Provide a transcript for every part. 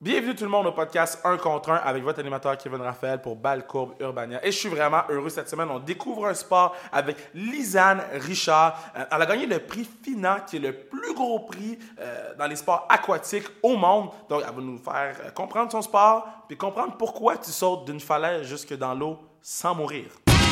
Bienvenue tout le monde au podcast 1 contre 1 avec votre animateur Kevin Raphaël pour Balle Courbe Urbania. Et je suis vraiment heureux cette semaine. On découvre un sport avec Lisanne Richard. Elle a gagné le prix FINA, qui est le plus gros prix dans les sports aquatiques au monde. Donc, elle va nous faire comprendre son sport puis comprendre pourquoi tu sautes d'une falaise jusque dans l'eau sans mourir.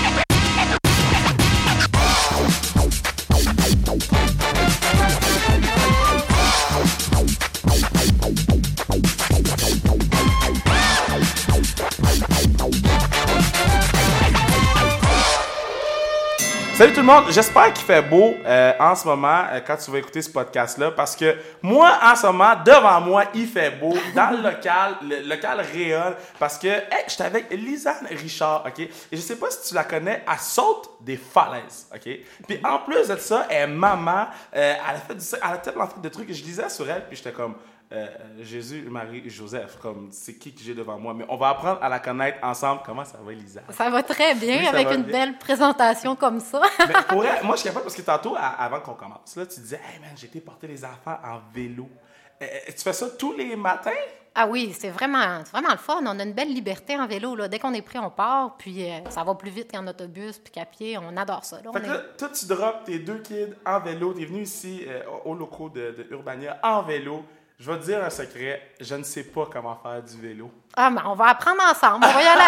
Salut tout le monde, j'espère qu'il fait beau en ce moment quand tu vas écouter ce podcast-là parce que moi, en ce moment, devant moi, il fait beau dans le local rayonne parce que je suis avec Lisanne Richard, OK? Et je sais pas si tu la connais, elle saute des falaises, OK? Puis en plus de ça, elle est maman, elle a tellement fait de trucs, je lisais sur elle puis j'étais comme... Jésus, Marie, Joseph, comme c'est qui que j'ai devant moi. Mais on va apprendre à la connaître ensemble. Comment ça va, Lisanne? Ça va très bien Oui, avec une belle présentation comme ça. Mais pour elle, moi, je suis capable parce que tantôt, avant qu'on commence, là, tu disais, hey man, j'ai été porter les enfants en vélo. Tu fais ça tous les matins? Ah oui, c'est vraiment le fun. On a une belle liberté en vélo. Là. Dès qu'on est pris, on part. Puis ça va plus vite qu'en autobus puis qu'à pied. On adore ça. Là, fait que là, toi, tu drops tes deux kids en vélo. Tu es venu ici aux locaux de Urbania en vélo. Je vais te dire un secret, je ne sais pas comment faire du vélo. Ah, mais on va apprendre ensemble, on va y aller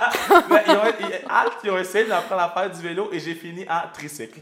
après. Ils ont essayé d'apprendre à faire du vélo et j'ai fini en tricycle.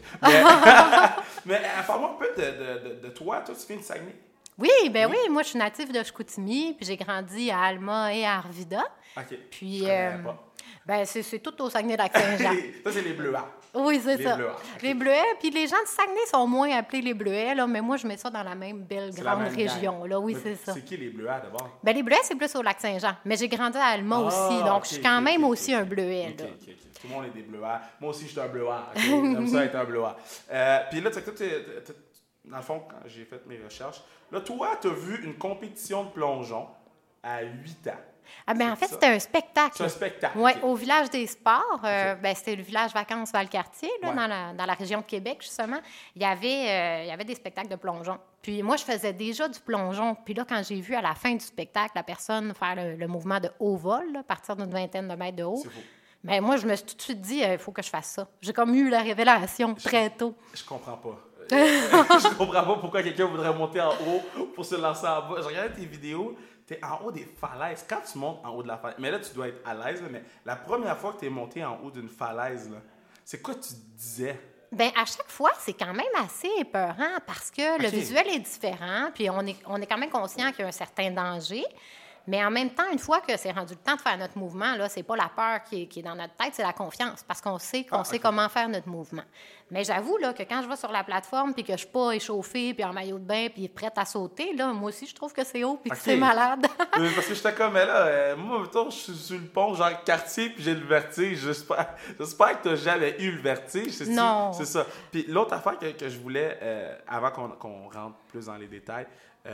Mais parle-moi un peu de toi. Toi, tu viens de Saguenay? Oui, moi je suis native de Chicoutimi, puis j'ai grandi à Alma et à Arvida. OK, puis, je connais pas. C'est tout au Saguenay-Lac-Saint-Jean. Ça, c'est les bleuets. Oui, c'est ça. Bleuets. Les bleuets, puis les gens de Saguenay sont moins appelés les bleuets, là, mais moi, je mets ça dans la même belle grande région. Là. Oui, c'est ça. C'est qui les bleuets, d'abord? Les bleuets, c'est plus au Lac-Saint-Jean, mais j'ai grandi à Alma aussi, donc je suis quand même aussi un bleuet. OK. Tout le monde est des bleuets. Moi aussi, je suis un bleuet. Okay? J'aime ça être un bleuet. Puis là, dans le fond, quand j'ai fait mes recherches, là, toi, tu as vu une compétition de plongeon à 8 ans. En fait, c'était un spectacle. C'est un spectacle. Oui, okay. Au village des sports. C'était le village Vacances Valcartier, là, dans la région de Québec, justement. Il y avait des spectacles de plongeon. Puis moi, je faisais déjà du plongeon. Puis là, quand j'ai vu à la fin du spectacle la personne faire le mouvement de haut vol, là, à partir d'une vingtaine de mètres de haut, mais moi, je me suis tout de suite dit, il faut que je fasse ça. J'ai comme eu la révélation très tôt. Je comprends pas. Je comprends pas pourquoi quelqu'un voudrait monter en haut pour se lancer en bas. Je regardais tes vidéos. Tu es en haut des falaises. Quand tu montes en haut de la falaise, mais là, tu dois être à l'aise, mais la première fois que tu es monté en haut d'une falaise, là, c'est quoi tu disais? À chaque fois, c'est quand même assez épeurant parce que le visuel est différent, puis on est quand même conscient qu'il y a un certain danger. Mais en même temps, une fois que c'est rendu le temps de faire notre mouvement, là, c'est pas la peur qui est dans notre tête, c'est la confiance, parce qu'on sait sait comment faire notre mouvement. Mais j'avoue là, que quand je vais sur la plateforme puis que je suis pas échauffée puis en maillot de bain puis prête à sauter, là, moi aussi, je trouve que c'est haut puis que c'est malade. Parce que j'étais comme, mais là, moi, mettons, je suis sur le pont, genre quartier, puis j'ai le vertige. J'espère que tu n'as jamais eu le vertige. Non. C'est ça. Puis l'autre affaire que je voulais, avant qu'on rentre plus dans les détails,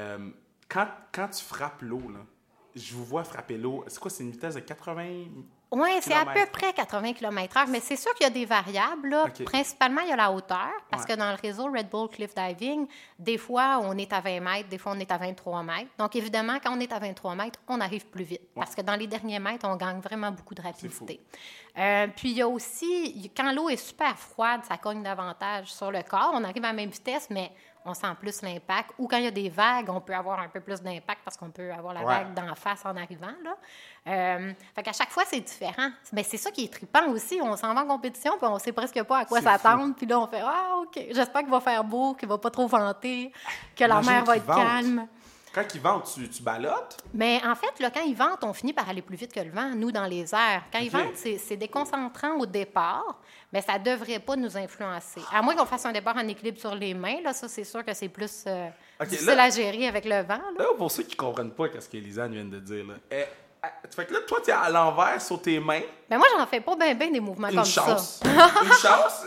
quand tu frappes l'eau, là, je vous vois frapper l'eau. C'est quoi, c'est une vitesse de 80 Oui, c'est à peu près 80 km/h, mais c'est sûr qu'il y a des variables. Là. Okay. Principalement, il y a la hauteur, parce que dans le réseau Red Bull Cliff Diving, des fois, on est à 20 mètres, des fois, on est à 23 mètres. Donc, évidemment, quand on est à 23 mètres, on arrive plus vite, parce que dans les derniers mètres, on gagne vraiment beaucoup de rapidité. Puis, il y a aussi, quand l'eau est super froide, ça cogne davantage sur le corps. On arrive à la même vitesse, mais on sent plus l'impact. Ou quand il y a des vagues, on peut avoir un peu plus d'impact parce qu'on peut avoir la vague d'en face en arrivant. Là. Fait qu'à chaque fois, c'est différent. Mais c'est ça qui est trippant aussi. On s'en va en compétition puis on sait presque pas à quoi s'attendre. Puis là, on fait « Ah, OK, j'espère qu'il va faire beau, qu'il va pas trop vanter, que la mer va être calme. » Quand ils ventent, tu ballottes? Mais en fait, là, quand ils ventent, on finit par aller plus vite que le vent, nous, dans les airs. Quand ils ventent, c'est déconcentrant au départ, mais ça ne devrait pas nous influencer. À moins qu'on fasse un départ en équilibre sur les mains, là, ça, c'est sûr que c'est plus difficile à gérer avec le vent. Là. Pour ceux qui ne comprennent pas ce que Lisanne vient de dire, là, fait que là, toi, tu es à l'envers sur tes mains. Mais moi, j'en fais pas bien des mouvements comme ça. Une chance?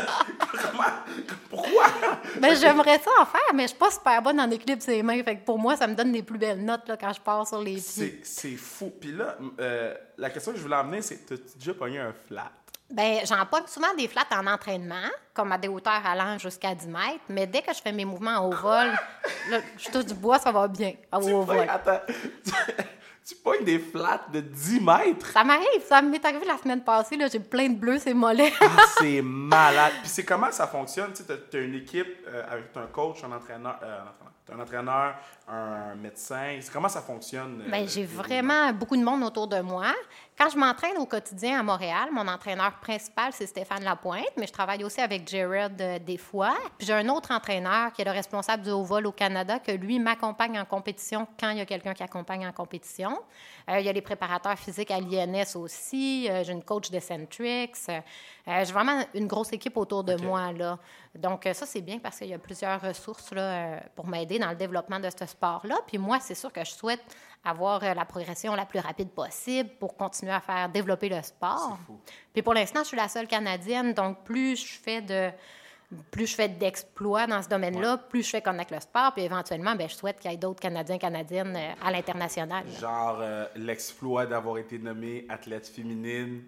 Pourquoi? J'aimerais ça en faire, mais je suis pas super bonne en équilibre sur les mains. Fait que pour moi, ça me donne des plus belles notes là, quand je pars sur les pieds. C'est fou. Puis là, la question que je voulais emmener, c'est, t'as-tu déjà pogné un flat? Bien, j'en pogne souvent des flats en entraînement, comme à des hauteurs allant jusqu'à 10 mètres, mais dès que je fais mes mouvements en haut vol, là, je touche du bois, ça va bien, au haut vol. Attends, tu pognes des flats de 10 mètres? Ça m'arrive, ça m'est arrivé la semaine passée, là, j'ai plein de bleus, c'est mollet. C'est malade. Puis c'est comment ça fonctionne? Tu sais, t'as une équipe avec un coach, un entraîneur, un médecin. Comment ça fonctionne? Bien, j'ai vraiment beaucoup de monde autour de moi. Quand je m'entraîne au quotidien à Montréal, mon entraîneur principal, c'est Stéphane Lapointe, mais je travaille aussi avec Jared des fois. Puis j'ai un autre entraîneur qui est le responsable du haut vol au Canada, que lui m'accompagne en compétition quand il y a quelqu'un qui accompagne en compétition. Il y a les préparateurs physiques à l'INS aussi. J'ai une coach de Centrix. J'ai vraiment une grosse équipe autour de moi, là. Donc, ça, c'est bien parce qu'il y a plusieurs ressources là, pour m'aider dans le développement de ce sport-là. Puis moi, c'est sûr que je souhaite avoir la progression la plus rapide possible pour continuer à faire développer le sport. Puis pour l'instant, je suis la seule Canadienne, donc plus je fais d'exploits dans ce domaine-là, plus je fais connaître le sport, puis éventuellement, bien, je souhaite qu'il y ait d'autres Canadiens, Canadiennes à l'international. Genre l'exploit d'avoir été nommée athlète féminine,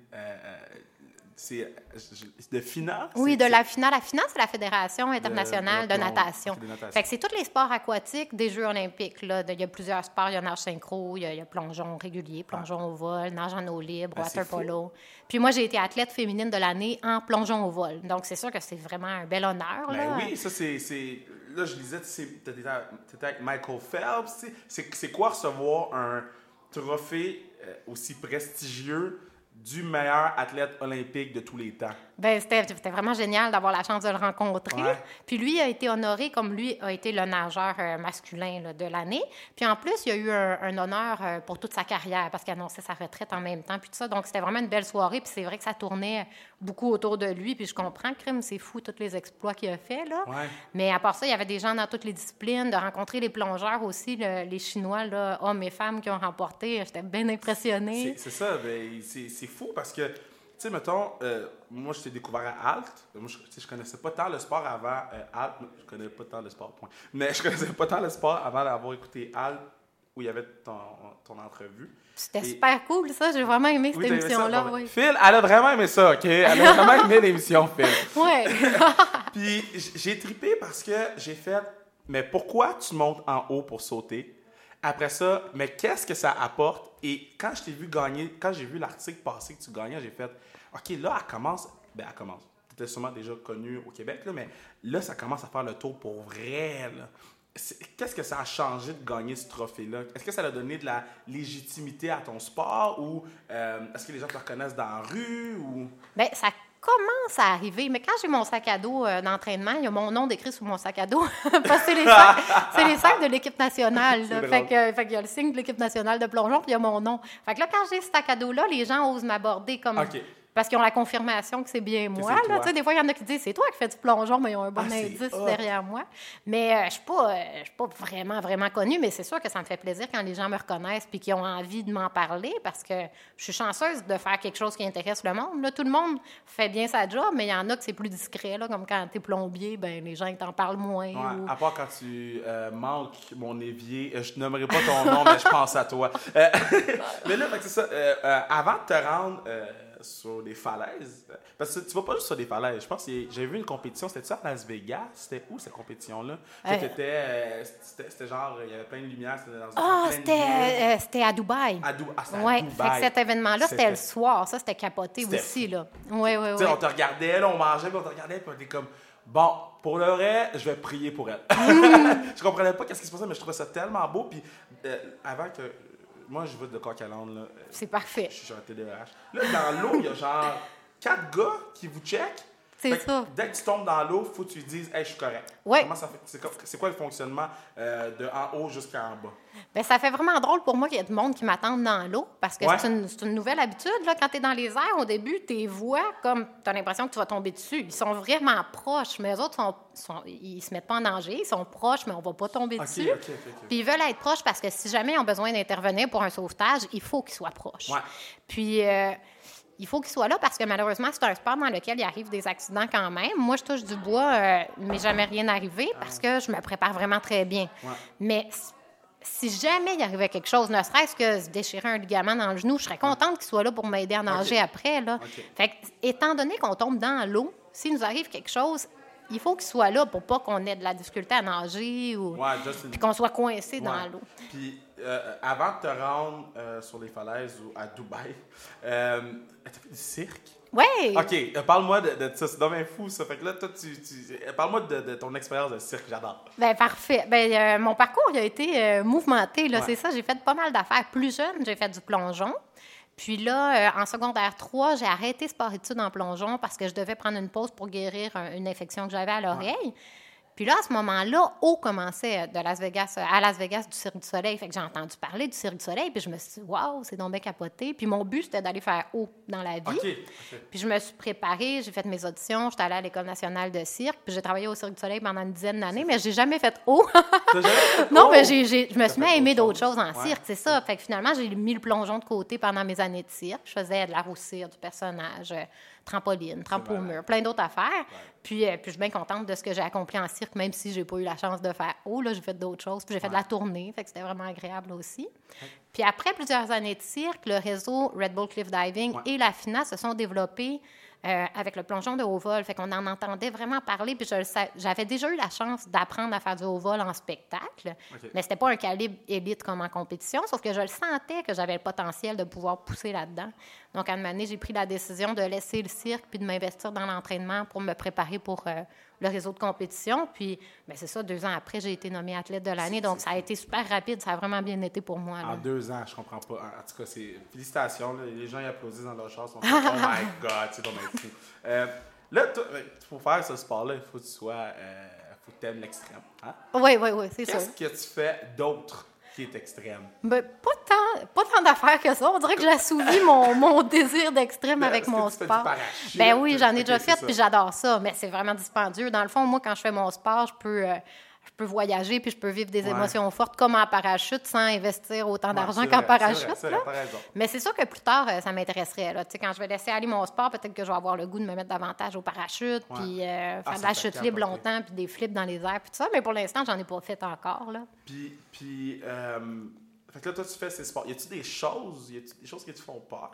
c'est de FINA? Oui, de la FINA. La FINA, c'est la Fédération internationale de natation. Fait que c'est tous les sports aquatiques des Jeux olympiques. Là. Il y a plusieurs sports. Il y a nage synchro, il y a plongeon régulier, plongeon au vol, nage en eau libre, water polo. Puis moi, j'ai été athlète féminine de l'année en plongeon au vol. Donc, c'est sûr que c'est vraiment un bel honneur. Là. Oui, ça, c'est... Là, je disais, tu étais avec Michael Phelps. C'est quoi recevoir un trophée aussi prestigieux du meilleur athlète olympique de tous les temps? Bien, c'était vraiment génial d'avoir la chance de le rencontrer. Ouais. Puis lui a été honoré comme lui a été le nageur masculin là, de l'année. Puis en plus, il a eu un honneur pour toute sa carrière parce qu'il annonçait sa retraite en même temps. Puis tout ça, donc c'était vraiment une belle soirée. Puis c'est vrai que ça tournait beaucoup autour de lui. Puis je comprends, crime, c'est fou tous les exploits qu'il a fait là. Ouais. Mais à part ça, il y avait des gens dans toutes les disciplines, de rencontrer les plongeurs aussi, les Chinois, là, hommes et femmes qui ont remporté. J'étais bien impressionnée. C'est ça, ben, c'est fou parce que, tu sais, mettons, moi, je t'ai découvert à Alt. Moi, je connaissais pas tant le sport avant Alt. Je connais pas tant le sport, point. Mais je connaissais pas tant le sport avant d'avoir écouté Alt, où il y avait ton entrevue. C'était super cool, ça. J'ai vraiment aimé cette émission-là. Oui. Phil, elle a vraiment aimé ça, OK? Elle a vraiment aimé l'émission, Phil. Oui. Puis j'ai trippé parce que j'ai fait, mais pourquoi tu montes en haut pour sauter? Après ça, mais qu'est-ce que ça apporte? Et quand je t'ai vu gagner, quand j'ai vu l'article passer que tu gagnais, j'ai fait, OK, là, elle commence. Ben, elle commence. Tu étais sûrement déjà connue au Québec, là, mais là, ça commence à faire le tour pour vrai, là. Qu'est-ce que ça a changé de gagner ce trophée-là? Est-ce que ça a donné de la légitimité à ton sport ou est-ce que les gens te reconnaissent dans la rue? Ou... Bien, ça commence à arriver. Mais quand j'ai mon sac à dos d'entraînement, il y a mon nom décrit sur mon sac à dos. Parce que c'est les sacs de l'équipe nationale. Fait qu'il y a le signe de l'équipe nationale de plongeon, puis il y a mon nom. Fait que là, quand j'ai ce sac à dos-là, les gens osent m'aborder comme... OK. Parce qu'ils ont la confirmation que c'est bien moi. Là. Tu sais, des fois, il y en a qui disent « C'est toi qui fais du plongeon », mais ils ont un bon indice derrière moi. Mais je ne suis pas vraiment, vraiment connue, mais c'est sûr que ça me fait plaisir quand les gens me reconnaissent et qu'ils ont envie de m'en parler parce que je suis chanceuse de faire quelque chose qui intéresse le monde. Là, tout le monde fait bien sa job, mais il y en a que c'est plus discret. Là, comme quand tu es plombier, ben, les gens ils t'en parlent moins. Ouais, ou... À part quand tu manques mon évier, je nommerai pas ton nom, mais je pense à toi. Mais là, c'est ça. Avant de te rendre... sur des falaises. Parce que tu vas pas juste sur des falaises. Je pense que j'ai vu une compétition. C'était-tu à Las Vegas? C'était où, cette compétition-là? C'était genre, il y avait plein de lumière. C'était à Dubaï. C'était à Dubaï. Fait que cet événement-là, c'était le soir. Ça, c'était capoté aussi. Là. Oui. On te regardait, là, on mangeait, puis on te regardait, puis on était comme, bon, pour le vrai, je vais prier pour elle. Je comprenais pas qu'est-ce qui se passait, mais je trouvais ça tellement beau. Puis avant que... Moi, je veux de Coq-à-l'âne, là. C'est parfait. Je suis un TDAH. Là, dans l'eau, il y a genre 4 gars qui vous checkent. C'est ça. Dès que tu tombes dans l'eau, il faut que tu dises « Hey, je suis correct ». Oui. Comment ça fait? C'est quoi le fonctionnement de en haut jusqu'en bas? Bien, ça fait vraiment drôle pour moi qu'il y ait du monde qui m'attende dans l'eau parce que c'est une nouvelle habitude. Là. Quand tu es dans les airs, au début, tu les vois comme tu as l'impression que tu vas tomber dessus. Ils sont vraiment proches, mais eux autres, ils se mettent pas en danger. Ils sont proches, mais on va pas tomber dessus. OK. Puis ils veulent être proches parce que si jamais ils ont besoin d'intervenir pour un sauvetage, il faut qu'ils soient proches. Ouais. Puis... il faut qu'ils soient là parce que malheureusement, c'est un sport dans lequel il arrive des accidents quand même. Moi, je touche du bois, mais jamais rien arrivé parce que je me prépare vraiment très bien. Ouais. Mais si jamais il arrivait quelque chose, ne serait-ce que se déchirer un ligament dans le genou, je serais contente qu'il soit là pour m'aider à nager après. Là. Fait que, étant donné qu'on tombe dans l'eau, s'il nous arrive quelque chose, il faut qu'il soit là pour pas qu'on ait de la difficulté à nager ou puis qu'on soit coincé dans l'eau. Puis avant de te rendre sur les falaises ou à Dubaï, t'as fait du cirque? Oui! OK, parle-moi de ça. C'est dommage fou, ça. Fait que là, toi, parle-moi de ton expérience de cirque. J'adore. Bien, parfait. Bien, mon parcours il a été mouvementé. Là, c'est ça, j'ai fait pas mal d'affaires. Plus jeune, j'ai fait du plongeon. Puis là, en secondaire 3, j'ai arrêté sport-études en plongeon parce que je devais prendre une pause pour guérir une infection que j'avais à l'oreille. Puis là, à ce moment-là, O commençait à Las Vegas du Cirque du Soleil. Fait que j'ai entendu parler du Cirque du Soleil, puis je me suis dit, waouh, c'est donc bien capoté. Puis mon but, c'était d'aller faire O dans la vie. Okay. Puis je me suis préparée, j'ai fait mes auditions, j'étais allée à l'École nationale de cirque, puis j'ai travaillé au Cirque du Soleil pendant une dizaine d'années, mais j'ai jamais fait O. Non, mais je me suis mis à aimer d'autres choses en cirque, c'est ça. Fait que finalement, j'ai mis le plongeon de côté pendant mes années de cirque. Je faisais de la roue cire, du personnage, trampoline, trampo au mur, plein d'autres affaires. Puis je suis bien contente de ce que j'ai accompli en cirque, même si j'ai pas eu la chance de faire haut. Là, j'ai fait d'autres choses. Puis j'ai fait de la tournée, fait que c'était vraiment agréable aussi. Puis après plusieurs années de cirque, le réseau Red Bull Cliff Diving et la FINA se sont développés avec le plongeon de haut vol. Fait qu'on en entendait vraiment parler. Puis j'avais déjà eu la chance d'apprendre à faire du haut vol en spectacle. Mais c'était pas un calibre élite comme en compétition, sauf que je le sentais que j'avais le potentiel de pouvoir pousser là-dedans. Donc, à un moment donné, j'ai pris la décision de laisser le cirque puis de m'investir dans l'entraînement pour me préparer pour le réseau de compétition. Puis, bien, c'est ça, 2 ans après, j'ai été nommée athlète de l'année. Donc, ça a été super rapide. Ça a vraiment bien été pour moi. Là. En 2 ans, je comprends pas. En tout cas, félicitations. Là. Les gens ils applaudissent dans leur char. Sont oh my God, c'est ton fou. Là, pour faire ce sport-là, il faut que tu sois... faut que tu aimes l'extrême. Hein? Oui, c'est ça. Qu'est-ce que tu fais d'autre qui est extrême? Ben, pas tant d'affaires que ça. On dirait que j'ai assouvi mon désir d'extrême avec mon sport. Ben oui, j'en ai déjà fait, puis j'adore ça, mais c'est vraiment dispendieux. Dans le fond, moi, quand je fais mon sport, je peux voyager, puis je peux vivre des émotions fortes comme en parachute sans investir autant d'argent qu'en parachute. C'est vrai, mais c'est sûr que plus tard, ça m'intéresserait. Là. Quand je vais laisser aller mon sport, peut-être que je vais avoir le goût de me mettre davantage au parachute, puis faire de la chute libre longtemps, puis des flips dans les airs, puis tout ça. Mais pour l'instant, j'en ai pas fait encore. Là. Puis fait que là, toi, tu fais ces sports. Y a-t-il des choses qui te font peur?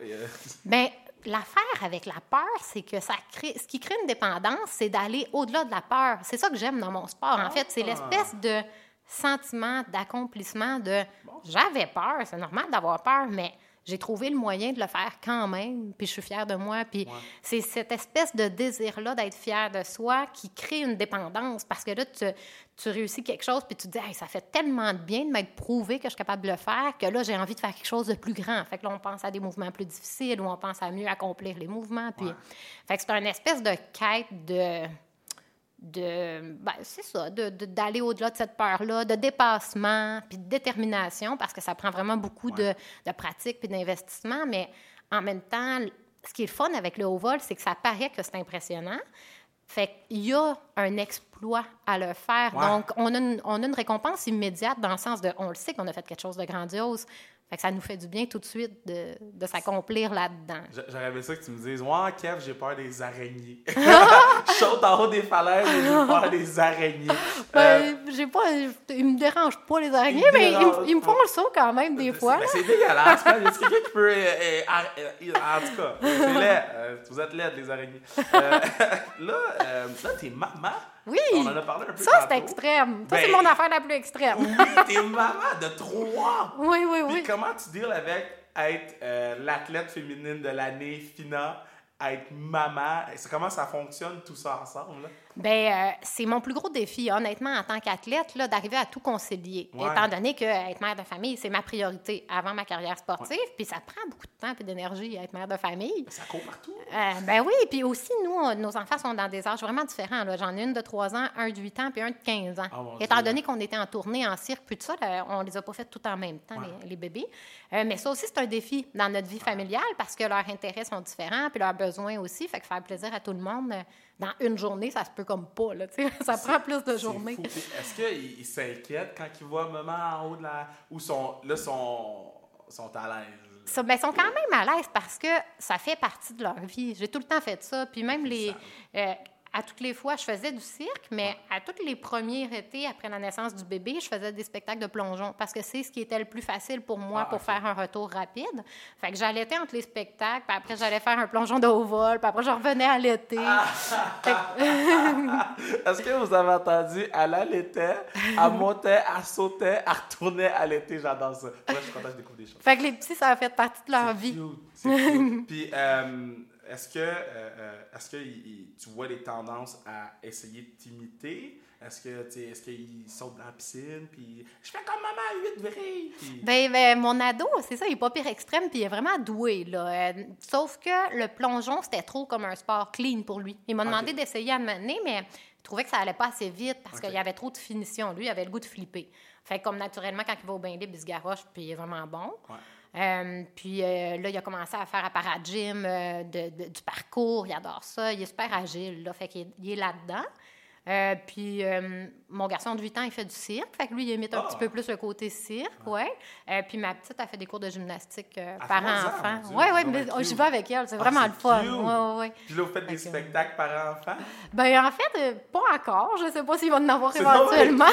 Bien, l'affaire avec la peur, c'est que ce qui crée une dépendance, c'est d'aller au-delà de la peur. C'est ça que j'aime dans mon sport. En fait, c'est l'espèce de sentiment d'accomplissement de j'avais peur, c'est normal d'avoir peur, mais j'ai trouvé le moyen de le faire quand même, puis je suis fière de moi. Puis c'est cette espèce de désir-là d'être fière de soi qui crée une dépendance, parce que là, tu réussis quelque chose, puis tu te dis hey, ça fait tellement de bien de m'être prouvé que je suis capable de le faire, que là, j'ai envie de faire quelque chose de plus grand. Fait que là, on pense à des mouvements plus difficiles, ou on pense à mieux accomplir les mouvements. Puis, fait que c'est une espèce de quête c'est ça, d'aller au-delà de cette peur-là, de dépassement, puis de détermination, parce que ça prend vraiment beaucoup de pratique puis d'investissement, mais en même temps, ce qui est le fun avec le haut vol, c'est que ça paraît que c'est impressionnant. Fait qu'il y a un exploit à le faire. Donc, on a une récompense immédiate dans le sens de, on le sait qu'on a fait quelque chose de grandiose. Fait que ça nous fait du bien tout de suite de s'accomplir là-dedans. J'aurais aimé ça que tu me dises « Ouais, Kev, j'ai peur des araignées. » Je saute en haut des falaises et j'ai peur des araignées. Ils me dérangent pas, les araignées, mais ils me font le saut quand même des fois. C'est dégueulasse. Il y a quelqu'un qui peut... en tout cas, c'est laid. Vous êtes laides, les araignées. Là, t'es maman. Oui, on en a parlé un peu ça, c'est extrême. Ça, c'est mon affaire la plus extrême. Oui, t'es maman de 3. Oui. Puis comment tu deals avec être l'athlète féminine de l'année, FINA, être maman? Comment ça fonctionne, tout ça ensemble? Là? Bien, c'est mon plus gros défi, honnêtement, en tant qu'athlète, là, d'arriver à tout concilier. Étant donné qu'être mère de famille, c'est ma priorité avant ma carrière sportive. Puis ça prend beaucoup de temps et d'énergie, être mère de famille. Ça court partout. Ben oui, puis aussi, nous, nos enfants sont dans des âges vraiment différents. Là. J'en ai une de 3 ans, un de 8 ans, puis un de 15 ans. Étant donné qu'on était en tournée, en cirque, puis tout ça, là, on les a pas fait tout en même temps, les bébés. Mais ça aussi, c'est un défi dans notre vie familiale parce que leurs intérêts sont différents, puis leurs besoins aussi. Fait que faire plaisir à tout le monde, dans une journée, ça se peut comme pas. Là, ça prend plus de journées. Est-ce qu'ils s'inquiètent quand ils voient maman en haut de la... Ou sont à l'aise? Ils sont quand même à l'aise parce que ça fait partie de leur vie. J'ai tout le temps fait ça. Puis même à toutes les fois, je faisais du cirque, mais à tous les premiers étés après la naissance du bébé, je faisais des spectacles de plongeon parce que c'est ce qui était le plus facile pour moi pour faire un retour rapide. Fait que j'allaitais entre les spectacles, puis après, j'allais faire un plongeon de haut vol, puis après, je revenais allaiter. Est-ce que vous avez entendu? Elle allaitait, elle montait, elle sautait, elle retournait allaiter. J'adore ça. Moi, je suis content, je découvre des choses. Fait que les petits, ça a fait partie de leur vie. C'est cute. Puis, est-ce que tu vois des tendances à essayer de t'imiter? Est-ce qu'ils sautent dans la piscine? Puis, je fais comme maman, 8 vrilles. Puis... Ben, mon ado, c'est ça, il est pas pire extrême, puis il est vraiment doué, là. Sauf que le plongeon, c'était trop comme un sport clean pour lui. Il m'a demandé d'essayer à un moment donné, mais il trouvait que ça allait pas assez vite parce qu'il y avait trop de finition. Lui, il avait le goût de flipper. Fait que comme naturellement, quand il va au bain libre, il se garoche, puis il est vraiment bon. Ouais. Puis là, il a commencé à faire à paragym, du parcours. Il adore ça. Il est super agile, là. Fait qu'il est là-dedans. Puis mon garçon de 8 ans, il fait du cirque. Fait que lui, il imite un petit peu plus le côté cirque, puis ma petite, elle fait des cours de gymnastique parents-enfants. Oui, mais j'y vais avec elle. C'est vraiment le fun. Ouais. Puis là, vous faites des spectacles parents-enfants? Ben en fait, pas encore. Je sais pas s'il va en avoir éventuellement.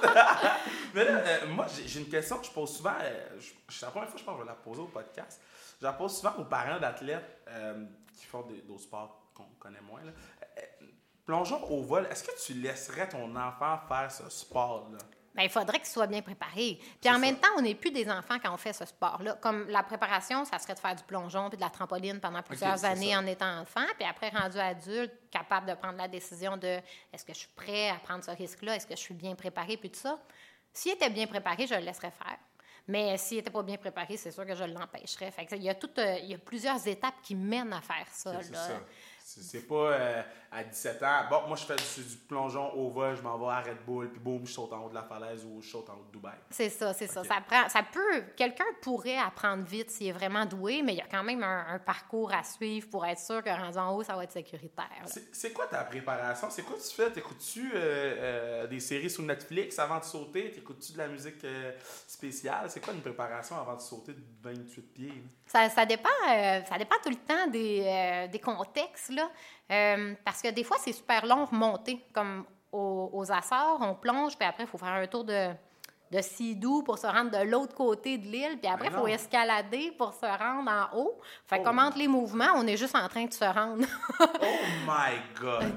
Mais là, moi, j'ai une question que je pose souvent. C'est la première fois, je pense que je vais la poser au podcast. Je la pose souvent aux parents d'athlètes qui font d'autres sports qu'on connaît moins. Là. Plongeon au vol, est-ce que tu laisserais ton enfant faire ce sport-là? Bien, il faudrait qu'il soit bien préparé. Puis en même temps, on n'est plus des enfants quand on fait ce sport-là. Comme la préparation, ça serait de faire du plongeon puis de la trampoline pendant plusieurs années en étant enfant. Puis après, rendu adulte, capable de prendre la décision de est-ce que je suis prêt à prendre ce risque-là? Est-ce que je suis bien préparé? Puis tout ça. S'il était bien préparé, je le laisserais faire. Mais s'il n'était pas bien préparé, c'est sûr que je l'empêcherais. Fait que il y a plusieurs étapes qui mènent à faire ça. C'est ça. C'est pas à 17 ans, bon, moi je fais du plongeon au vol, je m'en vais à Red Bull, puis boum, je saute en haut de la falaise ou je saute en haut de Dubaï. C'est ça. Quelqu'un pourrait apprendre vite s'il est vraiment doué, mais il y a quand même un parcours à suivre pour être sûr que rendu en haut, ça va être sécuritaire. C'est quoi ta préparation? C'est quoi tu fais? T'écoutes-tu des séries sur Netflix avant de sauter? T'écoutes-tu de la musique spéciale? C'est quoi une préparation avant de sauter de 28 pieds? Ça dépend tout le temps des contextes, là. Parce que des fois, c'est super long remonter. Comme aux Açores, on plonge, puis après, il faut faire un tour de Sea-Doo pour se rendre de l'autre côté de l'île, puis après, il faut escalader pour se rendre en haut. Fait que comme entre les mouvements, on est juste en train de se rendre. Oh my God!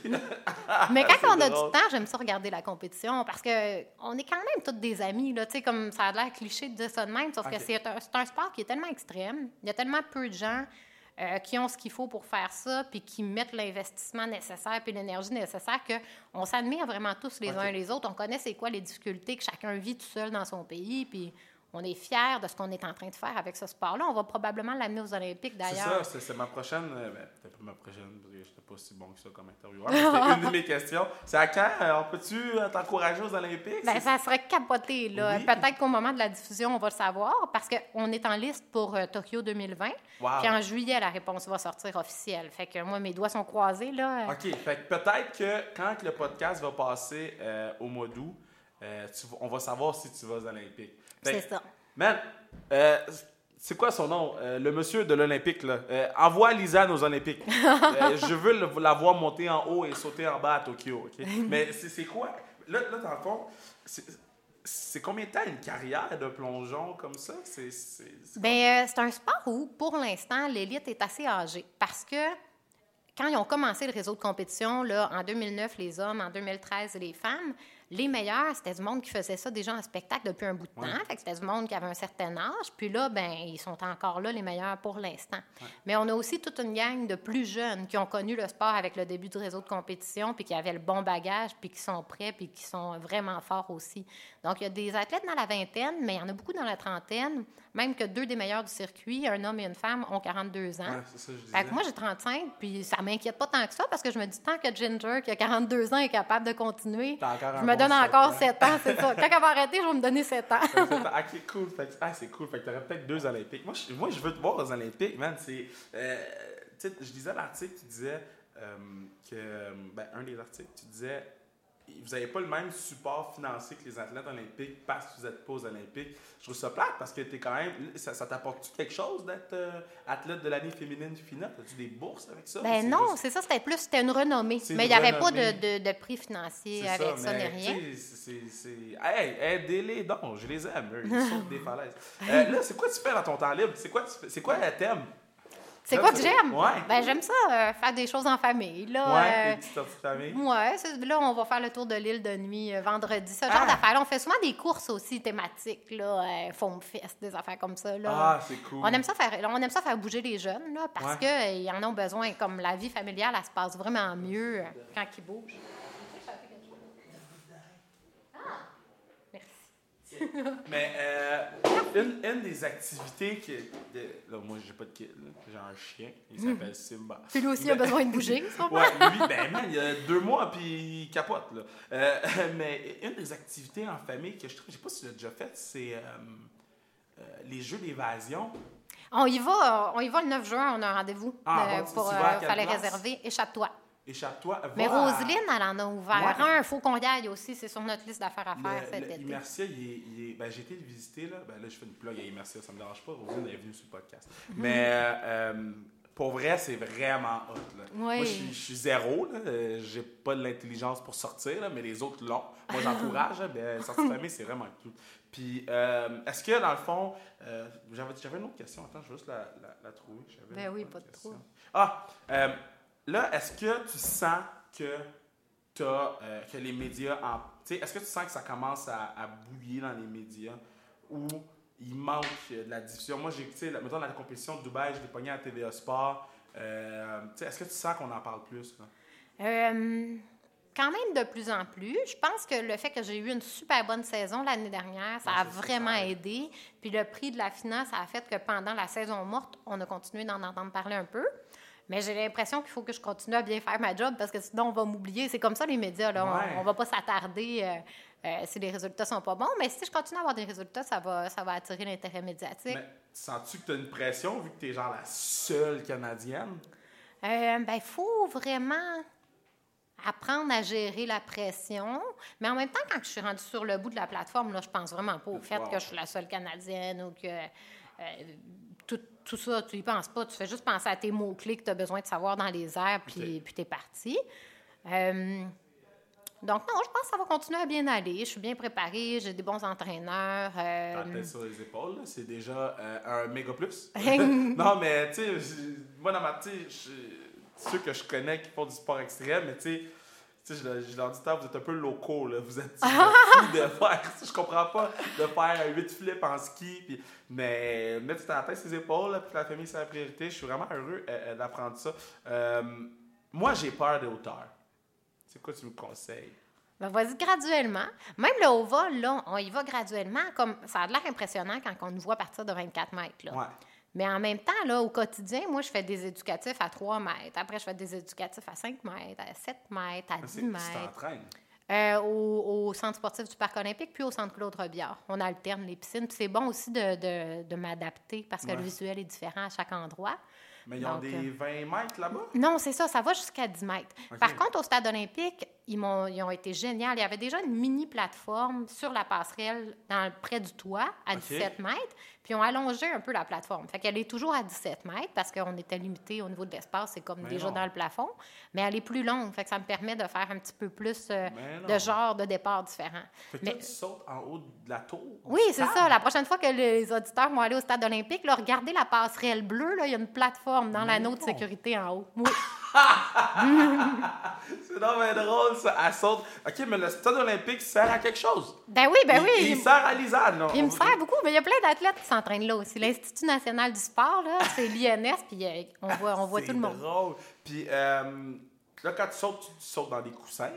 Mais quand on a du temps, j'aime ça regarder la compétition, parce que on est quand même tous des amis, là, tu sais, comme ça a l'air cliché de dire ça de même, sauf que c'est un sport qui est tellement extrême, il y a tellement peu de gens qui ont ce qu'il faut pour faire ça, puis qui mettent l'investissement nécessaire puis l'énergie nécessaire, qu'on s'admire vraiment tous les uns les autres. On connaît c'est quoi les difficultés que chacun vit tout seul dans son pays, puis on est fiers de ce qu'on est en train de faire avec ce sport-là. On va probablement l'amener aux Olympiques, d'ailleurs. C'est ça, c'est ma prochaine... peut-être pas ma prochaine, parce que je n'étais pas si bon que ça comme intervieweur, mais c'était une de mes questions. C'est à quand? On peut-tu t'encourager aux Olympiques? Bien, ça serait capoté, là. Oui. Peut-être qu'au moment de la diffusion, on va le savoir, parce qu'on est en liste pour Tokyo 2020. Wow. Puis en juillet, la réponse va sortir officielle. Fait que moi, mes doigts sont croisés, là. OK. Fait que peut-être que quand le podcast va passer au mois d'août, on va savoir si tu vas aux Olympiques. C'est ça. Man, c'est quoi son nom? Le monsieur de l'Olympique, là. Envoie Lisanne aux Olympiques. Je veux la voir monter en haut et sauter en bas à Tokyo, OK? Mais c'est quoi? Là, dans le fond, c'est combien de temps une carrière de plongeon comme ça? C'est un sport où, pour l'instant, l'élite est assez âgée. Parce que quand ils ont commencé le réseau de compétition, là, en 2009, les hommes, en 2013, les femmes, les meilleurs, c'était du monde qui faisait ça déjà en spectacle depuis un bout de temps. Fait que c'était du monde qui avait un certain âge. Puis là, ils sont encore là, les meilleurs, pour l'instant. Ouais. Mais on a aussi toute une gang de plus jeunes qui ont connu le sport avec le début du réseau de compétition, puis qui avaient le bon bagage, puis qui sont prêts, puis qui sont vraiment forts aussi. Donc, il y a des athlètes dans la vingtaine, mais il y en a beaucoup dans la trentaine. Même que 2 des meilleurs du circuit, un homme et une femme, ont 42 ans. Ouais, c'est ça, je disais. Fait que moi, j'ai 35, puis ça m'inquiète pas tant que ça, parce que je me dis, tant que Ginger, qui a 42 ans, est capable de continuer, je me donne encore 7 ans, c'est ça. Quand elle va arrêter, je vais me donner 7 ans. OK, cool. C'est cool. Fait que t'aurais peut-être 2 Olympiques. Moi, je veux te voir aux Olympiques, man. Tu sais, je lisais l'article qui disait un des articles, tu disais vous n'avez pas le même support financier que les athlètes olympiques parce que vous n'êtes pas aux Olympiques. Je trouve ça plate parce que t'es quand même. Ça t'apporte-tu quelque chose d'être athlète de l'année féminine FINA? As-tu des bourses avec ça? Ben non, juste... c'est ça, c'était une renommée. C'est Mais il une n'y avait pas renommée. de prix financier avec ça, ni rien. Hey, aidez-les donc, je les aime, eux, ils sautent des falaises. Là, c'est quoi tu fais dans ton temps libre? C'est quoi le thème? C'est quoi que j'aime? Ouais. Ben, j'aime ça, faire des choses en famille. Là, Ouais, des petites sorties de famille. Ouais, là, on va faire le tour de l'île de nuit vendredi. Ce genre d'affaires-là. On fait souvent des courses aussi thématiques, là, Foam Fest, des affaires comme ça. Là. Ah, c'est cool. On aime ça faire bouger les jeunes, là, parce qu'ils en ont besoin. Comme la vie familiale, elle se passe vraiment mieux quand ils bougent. Mais une des activités là, moi, j'ai pas de kid. J'ai un chien. Il s'appelle Simba. Puis lui aussi a besoin de bouger, c'est pas Ouais, lui, il y a 2 mois, puis il capote. Là. Mais une des activités en famille que je sais pas si tu l'as déjà faite, c'est les jeux d'évasion. On y va le 9 juin, on a un rendez-vous pour fallait réserver. Échappe-toi. Échappe-toi. Mais Roselyne, elle en a ouvert un. Il faut qu'on y aille aussi. C'est sur notre liste d'affaires à faire cet été. Immersia, j'ai été le visiter. Là, je fais une plug à Immersia, ça me dérange pas. Roselyne est venue sur le podcast. Mais pour vrai, c'est vraiment hot. Là. Oui. Moi, je suis zéro. J'ai pas de l'intelligence pour sortir, là, mais les autres l'ont. Moi, j'encourage. Sortir de famille, c'est vraiment cool. Puis, est-ce que, dans le fond, j'avais une autre question. Attends, je vais juste la trouver. Ben oui, pas de trop. Là, est-ce que tu sens que que les médias... est-ce que tu sens que ça commence à bouillir dans les médias ou il manque de la diffusion? Moi, mettons, la compétition de Dubaï, je l'ai pogné à TVA Sport. Est-ce que tu sens qu'on en parle plus? Quand même de plus en plus. Je pense que le fait que j'ai eu une super bonne saison l'année dernière, ça a vraiment aidé. Puis le prix de la finance, ça a fait que pendant la saison morte, on a continué d'en entendre parler un peu. Mais j'ai l'impression qu'il faut que je continue à bien faire ma job parce que sinon, on va m'oublier. C'est comme ça, les médias. Là. Ouais. On va pas s'attarder si les résultats sont pas bons. Mais si je continue à avoir des résultats, ça va attirer l'intérêt médiatique. Mais sens-tu que tu as une pression vu que tu es genre la seule Canadienne? Il faut vraiment apprendre à gérer la pression. Mais en même temps, quand je suis rendue sur le bout de la plateforme, là, je pense vraiment pas au fait que je suis la seule Canadienne ou que... tout ça, tu y penses pas. Tu fais juste penser à tes mots-clés que tu as besoin de savoir dans les airs, puis tu es parti. Donc, non, je pense que ça va continuer à bien aller. Je suis bien préparée, j'ai des bons entraîneurs. La tête sur les épaules, là, c'est déjà un méga plus. Non, mais tu sais, moi, dans ma... ceux que je connais qui font du sport extrême, mais tu sais, je leur dis, vous êtes un peu locaux, là. Vous êtes fous de faire... Je comprends pas de faire 8 flips en ski, puis... Mais mettre la tête sur les épaules, là, puis que la famille, c'est la priorité. Je suis vraiment heureux d'apprendre ça. Moi, j'ai peur des hauteurs. C'est quoi tu me conseilles? Ben, vas-y graduellement. Même le haut vol, là, on y va graduellement. Comme ça a l'air impressionnant quand on nous voit partir de 24 mètres. Là. Ouais. Mais en même temps, là, au quotidien, moi, je fais des éducatifs à 3 mètres. Après, je fais des éducatifs à 5 mètres, à 7 mètres, à 10 mètres. Tu t'entraînes? Au centre sportif du Parc olympique, puis au centre Claude Robillard. On alterne les piscines. Puis c'est bon aussi de m'adapter parce que le visuel est différent à chaque endroit. Mais ils ont des 20 mètres là-bas? Non, c'est ça. Ça va jusqu'à 10 mètres. Okay. Par contre, au stade olympique, ils ont été géniaux. Il y avait déjà une mini-plateforme sur la passerelle près du toit, à 17 mètres. Puis ils ont allongé un peu la plateforme. Fait qu'elle est toujours à 17 mètres parce qu'on était limité au niveau de l'espace. C'est comme déjà dans le plafond. Mais elle est plus longue. Fait que ça me permet de faire un petit peu plus de genre de départ différent. Fait que toi, tu sautes en haut de la tour? Oui, c'est ça. La prochaine fois que les auditeurs vont aller au stade olympique, là, regardez la passerelle bleue. Là, il y a une plateforme dans l'anneau de sécurité en haut. Oui. C'est donc bien drôle, ça. Elle saute. OK, mais le stade olympique sert à quelque chose. Ben oui. Il sert à Lisanne. Là. Il me sert beaucoup, mais il y a plein d'athlètes qui s'entraînent là aussi. L'Institut national du sport, là, c'est l'INS, puis on voit tout le monde. C'est drôle. Puis là, quand tu sautes dans des coussins?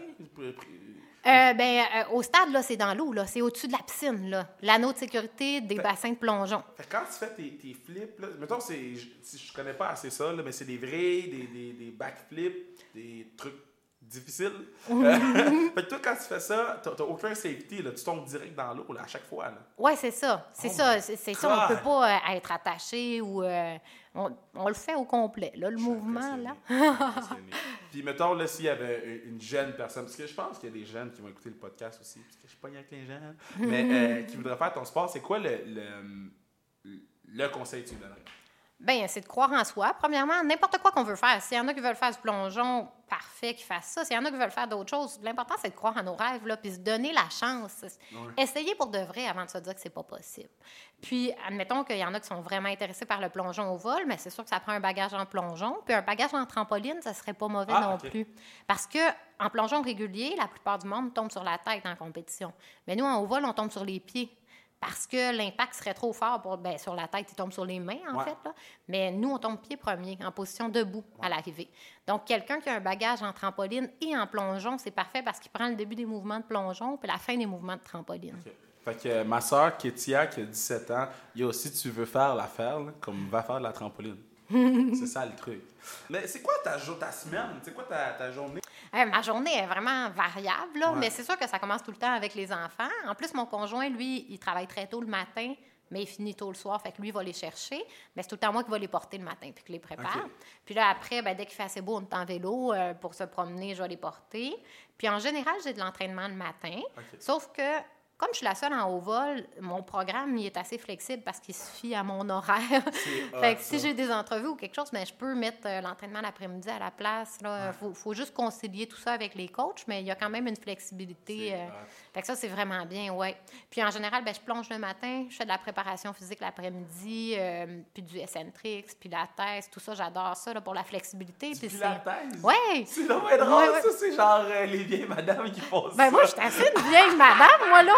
Au stade, là, c'est dans l'eau, là. C'est au-dessus de la piscine, là. L'anneau de sécurité des bassins de plongeon. Fait que quand tu fais tes flips, là, mettons, je connais pas assez ça, là, mais c'est des vrilles, des backflips, des trucs difficile. Fait que toi, quand tu fais ça, t'as aucun safety, là, tu tombes direct dans l'eau là, à chaque fois. Oui, c'est ça. C'est ça. C'est ça. On ne peut pas être attaché ou... on le fait au complet, là, le mouvement. Là. Puis, mettons, là, s'il y avait une jeune personne, parce que je pense qu'il y a des jeunes qui vont écouter le podcast aussi, parce que je suis pas avec les jeunes, mais qui voudraient faire ton sport, c'est quoi le conseil que tu donnerais? Bien, c'est de croire en soi. Premièrement, n'importe quoi qu'on veut faire. S'il y en a qui veulent faire du plongeon, parfait qu'ils fassent ça. S'il y en a qui veulent faire d'autres choses, l'important, c'est de croire en nos rêves, là, puis se donner la chance. Essayer pour de vrai avant de se dire que c'est pas possible. Puis, admettons qu'il y en a qui sont vraiment intéressés par le plongeon au vol, mais c'est sûr que ça prend un bagage en plongeon. Puis un bagage en trampoline, ça serait pas mauvais non plus. Parce que en plongeon régulier, la plupart du monde tombe sur la tête en compétition. Mais nous, en haut vol, on tombe sur les pieds. Parce que l'impact serait trop fort sur la tête, il tombe sur les mains, en fait. Là. Mais nous, on tombe pied premier, en position debout à l'arrivée. Donc, quelqu'un qui a un bagage en trampoline et en plongeon, c'est parfait parce qu'il prend le début des mouvements de plongeon puis la fin des mouvements de trampoline. Okay. Fait que ma soeur, Kétia, qui a 17 ans, il y a aussi, tu veux faire l'affaire, là, comme va faire de la trampoline. C'est ça le truc. Mais c'est quoi ta semaine? C'est quoi ta journée? Ma journée est vraiment variable, là, mais c'est sûr que ça commence tout le temps avec les enfants. En plus, mon conjoint, lui, il travaille très tôt le matin, mais il finit tôt le soir, fait que lui, il va les chercher. Mais c'est tout le temps moi qui va les porter le matin puis qui les prépare. Okay. Puis là, après, dès qu'il fait assez beau, on est en vélo pour se promener, je vais les porter. Puis en général, j'ai de l'entraînement le matin, sauf que comme je suis la seule en haut vol, mon programme il est assez flexible parce qu'il se fie à mon horaire. Fait que si j'ai des entrevues ou quelque chose, je peux mettre l'entraînement l'après-midi à la place. Il faut juste concilier tout ça avec les coachs, mais il y a quand même une flexibilité. Fait que ça, c'est vraiment bien, oui. Puis en général, je plonge le matin, je fais de la préparation physique l'après-midi, puis du Eccentrics, puis la thèse, tout ça, j'adore ça là, pour la flexibilité. Puis la thèse? Oui! C'est drôle, ça, c'est genre les vieilles madames qui font ça. Moi, je suis assez une vieille madame, moi, là.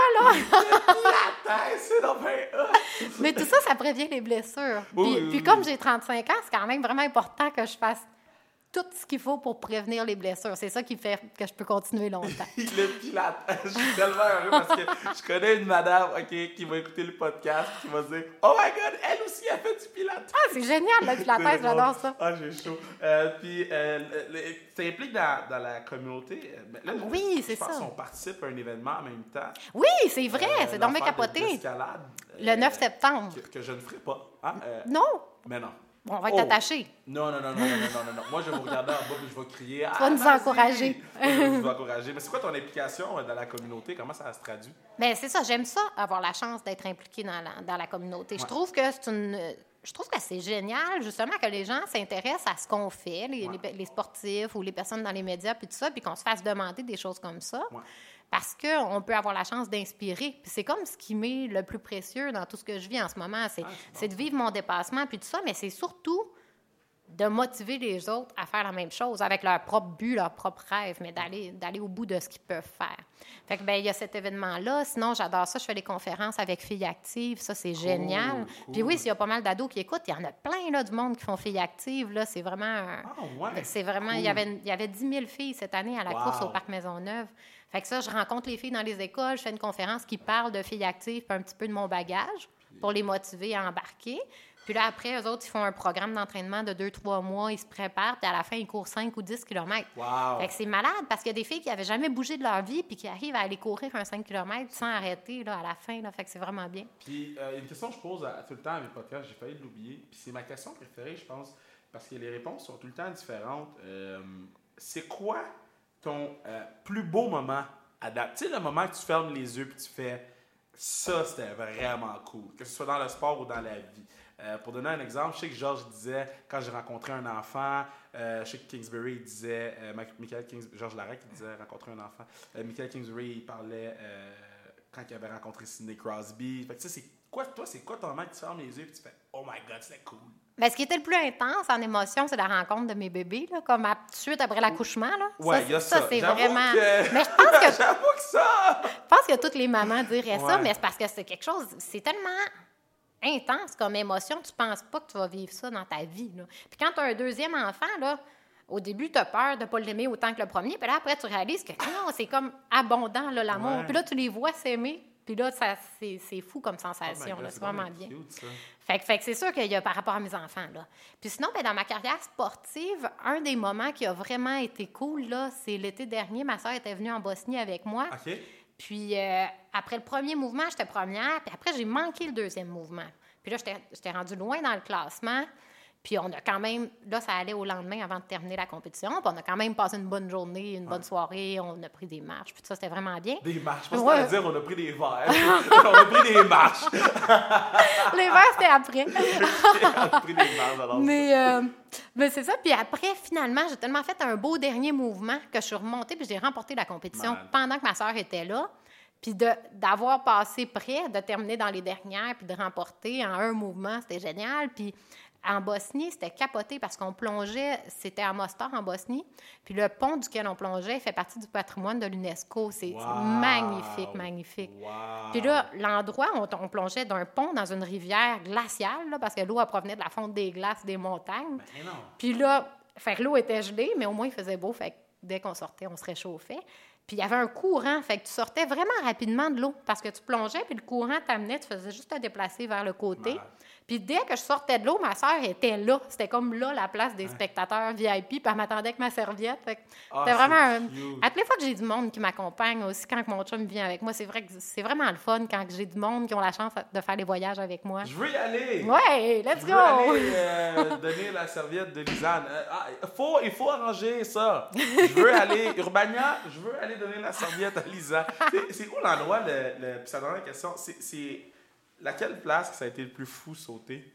La tête, c'est dommage. Mais tout ça, ça prévient les blessures. Puis comme j'ai 35 ans, c'est quand même vraiment important que je fasse tout ce qu'il faut pour prévenir les blessures. C'est ça qui fait que je peux continuer longtemps. Le pilates. Je suis tellement heureux parce que je connais une madame qui va écouter le podcast qui va dire « Oh my God, elle aussi, elle fait du pilates! » Ah, c'est génial, le pilates, j'adore ça. Ah, j'ai chaud. Puis, ça implique dans la communauté. Là, oui, c'est ça. Je pense qu'on participe à un événement en même temps. Oui, c'est vrai, c'est donc bien capoté. Le 9 septembre. Que je ne ferai pas. Hein? Non. Mais non. Bon, on va être attachés. Non. Moi, je vais vous regarder en bas et je vais crier. Tu vas nous encourager. Je vais vous encourager. Mais c'est quoi ton implication dans la communauté? Comment ça se traduit? Bien, c'est ça. J'aime ça, avoir la chance d'être impliquée dans la communauté. Ouais. Je trouve que c'est génial, justement, que les gens s'intéressent à ce qu'on fait, les sportifs ou les personnes dans les médias, puis tout ça, puis qu'on se fasse demander des choses comme ça. Ouais. Parce qu'on peut avoir la chance d'inspirer. Puis c'est comme ce qui m'est le plus précieux dans tout ce que je vis en ce moment. C'est de vivre mon dépassement, puis tout ça, mais c'est surtout de motiver les autres à faire la même chose avec leur propre but, leur propre rêve, mais d'aller au bout de ce qu'ils peuvent faire. Fait que, il y a cet événement-là. Sinon, j'adore ça. Je fais des conférences avec Filles Actives. Ça, c'est génial. Cool. Puis oui, s'il y a pas mal d'ados qui écoutent, il y en a plein, là, du monde qui font Filles Actives. Là, c'est vraiment... c'est vraiment... Cool. Il y avait 10 000 filles cette année à la course au Parc Maisonneuve. Fait que ça, je rencontre les filles dans les écoles, je fais une conférence qui parle de filles actives, puis un petit peu de mon bagage pour les motiver à embarquer. Puis là, après, eux autres, ils font un programme d'entraînement de 2-3 mois, ils se préparent, puis à la fin, ils courent 5 ou 10 km. Wow. Fait que c'est malade, parce qu'il y a des filles qui n'avaient jamais bougé de leur vie, puis qui arrivent à aller courir un 5 km sans arrêter là, à la fin. Là, fait que c'est vraiment bien. Puis, une question que je pose tout le temps à mes podcasts, j'ai failli l'oublier, puis c'est ma question préférée, je pense, parce que les réponses sont tout le temps différentes. C'est quoi ton plus beau moment à date? Tu sais, le moment que tu fermes les yeux, puis tu fais ça, c'était vraiment cool, que ce soit dans le sport ou dans la vie. Pour donner un exemple, je sais que Georges disait, quand j'ai rencontré un enfant, je sais que Kingsbury disait, Georges Larac disait rencontrer un enfant. Michael Kingsbury, il parlait quand il avait rencontré Sidney Crosby. Fait que tu sais, c'est quoi ton moment que tu fermes les yeux et tu fais « Oh my God, c'était cool ». Bien, ce qui était le plus intense en émotion, c'est la rencontre de mes bébés, là, comme tout de suite après l'accouchement. Oui, il y a ça. C'est j'avoue vraiment... Que... Mais je pense que... J'avoue que ça... Je pense que toutes les mamans diraient ça, mais c'est parce que c'est quelque chose... C'est tellement intense comme émotion, tu penses pas que tu vas vivre ça dans ta vie. Là. Puis quand tu as un deuxième enfant, là, au début, tu as peur de ne pas l'aimer autant que le premier, puis là, après, tu réalises que non, c'est comme abondant, là, l'amour. Puis là, tu les vois s'aimer, Puis là, c'est fou comme sensation. God, là, c'est vraiment bien. Cute, ça. Fait que c'est sûr qu'il y a par rapport à mes enfants. Là. Puis sinon, dans ma carrière sportive, un des moments qui a vraiment été cool, là, c'est l'été dernier. Ma soeur était venue en Bosnie avec moi. OK. Puis après le premier mouvement, j'étais première. Puis après, j'ai manqué le deuxième mouvement. Puis là, j'étais rendue loin dans le classement. Puis on a quand même... Là, ça allait au lendemain avant de terminer la compétition. Puis on a quand même passé une bonne journée, une bonne soirée. On a pris des marches. Puis tout ça, c'était vraiment bien. Des marches. Je pense qu'on allait dire on a pris des verres. On a pris des marches. Les verres, c'était après. On a pris des marches alors. Mais c'est ça. Puis après, finalement, j'ai tellement fait un beau dernier mouvement que je suis remontée puis j'ai remporté la compétition pendant que ma soeur était là. Puis d'avoir passé près, de terminer dans les dernières puis de remporter en un mouvement, c'était génial. Puis en Bosnie, c'était capoté parce qu'on plongeait, c'était à Mostar en Bosnie, puis le pont duquel on plongeait fait partie du patrimoine de l'UNESCO. C'est magnifique, magnifique. Wow. Puis là, l'endroit où on plongeait d'un pont dans une rivière glaciale, là, parce que l'eau provenait de la fonte des glaces des montagnes. Mais non. Puis là, fait que l'eau était gelée, mais au moins il faisait beau, fait que dès qu'on sortait, on se réchauffait. Puis il y avait un courant, fait que tu sortais vraiment rapidement de l'eau parce que tu plongeais, puis le courant t'amenait, tu faisais juste te déplacer vers le côté. Puis dès que je sortais de l'eau, ma soeur était là. C'était comme là, la place des spectateurs VIP, puis elle m'attendait avec ma serviette. Fait que c'était vraiment... À toutes les fois que j'ai du monde qui m'accompagne aussi, quand mon chum vient avec moi, c'est vrai que c'est vraiment le fun quand j'ai du monde qui ont la chance de faire les voyages avec moi. Je veux y aller! Ouais, let's go! Je veux aller donner la serviette de Lisanne. Il faut arranger ça. Je veux aller... Urbania, je veux aller donner la serviette à Lisanne. C'est où l'endroit, puis sa dernière question, c'est laquelle place que ça a été le plus fou sauter?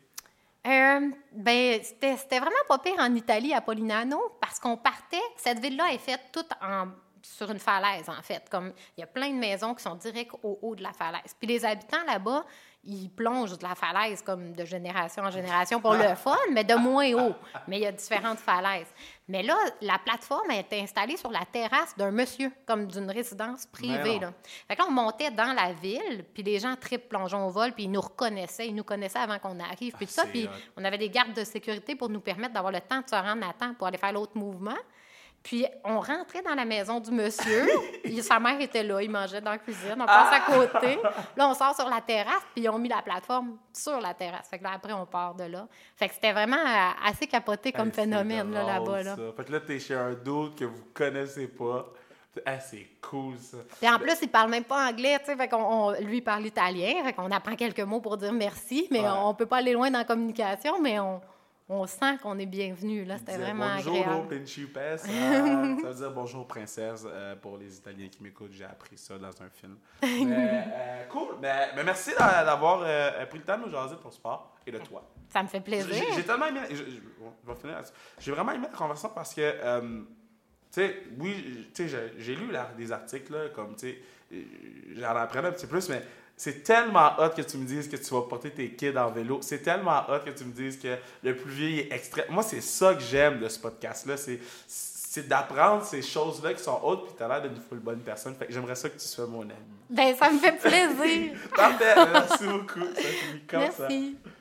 C'était vraiment pas pire en Italie, à Polignano, parce qu'on partait... Cette ville-là est faite toute sur une falaise, en fait. Comme il y a plein de maisons qui sont direct au haut de la falaise. Puis les habitants là-bas, ils plongent de la falaise comme de génération en génération pour le fun, mais de moins haut. Mais il y a différentes falaises. Mais là, la plateforme est installée sur la terrasse d'un monsieur, comme d'une résidence privée. Là. Fait que là, on montait dans la ville, puis les gens trippent plongeon au vol, puis ils nous reconnaissaient. Ils nous connaissaient avant qu'on arrive, puis tout ça. Puis on avait des gardes de sécurité pour nous permettre d'avoir le temps de se rendre à temps pour aller faire l'autre mouvement. Puis, on rentrait dans la maison du monsieur. Sa mère était là. Il mangeait dans la cuisine. On passe à côté. Là, on sort sur la terrasse. Puis, ils ont mis la plateforme sur la terrasse. Fait que là, après, on part de là. Fait que c'était vraiment assez capoté comme phénomène là-bas. Là. Fait que là, t'es chez un dude que vous connaissez pas. C'est cool, ça. Puis en plus, il parle même pas anglais, tu sais, fait qu'on lui parle italien. Fait qu'on apprend quelques mots pour dire merci. Mais on peut pas aller loin dans la communication, mais on sent qu'on est bienvenu, là. C'était vraiment agréable. Bonjour, principesse. Ça veut dire bonjour, princesse, pour les Italiens qui m'écoutent. J'ai appris ça dans un film. Cool. Mais merci d'avoir pris le temps de nous jaser de ton sport et de toi. Ça me fait plaisir. J'ai tellement aimé... Je vais finir là-dessus. J'ai vraiment aimé la conversation parce que, tu sais, oui, tu sais, j'ai lu des articles, là, comme, tu sais, j'en apprends un petit peu plus, mais... C'est tellement hot que tu me dises que tu vas porter tes kids en vélo. C'est tellement hot que tu me dises que le plus vieux est extrait. Moi, c'est ça que j'aime de ce podcast-là. C'est d'apprendre ces choses-là qui sont hautes, puis tu as l'air d'une full bonne personne. Fait que j'aimerais ça que tu sois mon ami. Ben, ça me fait plaisir. Parfait. Merci beaucoup. Ça finit comme Merci. ça.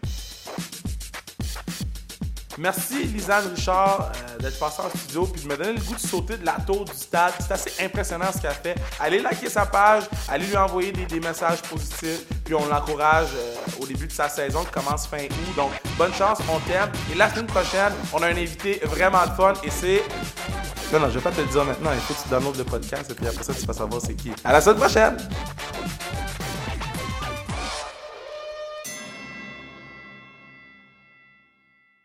Merci, Lisanne Richard, d'être passée en studio puis de me donner le goût de sauter de la tour du stade. C'est assez impressionnant ce qu'elle fait. Allez liker sa page, allez lui envoyer des messages positifs, puis on l'encourage au début de sa saison qui commence fin août. Donc, bonne chance, on t'aime. Et la semaine prochaine, on a un invité vraiment de fun et c'est... Non, je vais pas te le dire maintenant. Il faut que tu downloades le podcast et puis après ça, tu vas savoir c'est qui. À la semaine prochaine!